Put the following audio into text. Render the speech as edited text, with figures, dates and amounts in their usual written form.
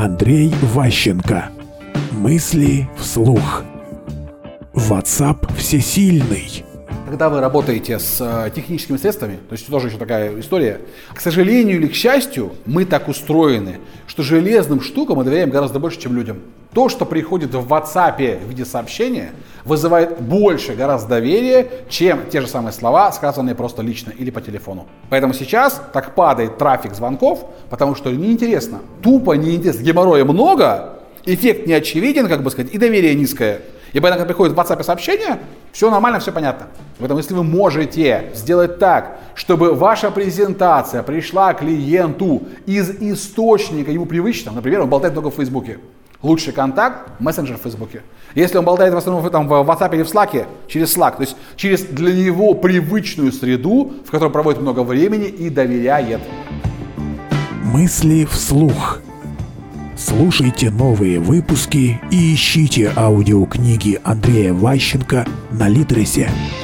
Андрей Ващенко. Мысли вслух. WhatsApp всесильный. Когда вы работаете с техническими средствами, то есть тоже еще такая история, к сожалению или к счастью, мы так устроены, что железным штукам мы доверяем гораздо больше, чем людям. То, что приходит в WhatsApp в виде сообщения, вызывает больше гораздо доверия, чем те же самые слова, сказанные просто лично или по телефону. Поэтому сейчас так падает трафик звонков, потому что неинтересно, тупо неинтересно, геморроя много, эффект не очевиден, как бы сказать, и доверие низкое. И поэтому, когда приходит в WhatsApp сообщение, все нормально, все понятно. Поэтому, если вы можете сделать так, чтобы ваша презентация пришла клиенту из источника ему привычного, например, он болтает много в Фейсбуке, лучший контакт – мессенджер в Фейсбуке. Если он болтает в основном там, в WhatsApp или в Slack, через Slack, то есть через для него привычную среду, в которой проводит много времени и доверяет. Мысли вслух. Слушайте новые выпуски и ищите аудиокниги Андрея Ващенко на Литресе.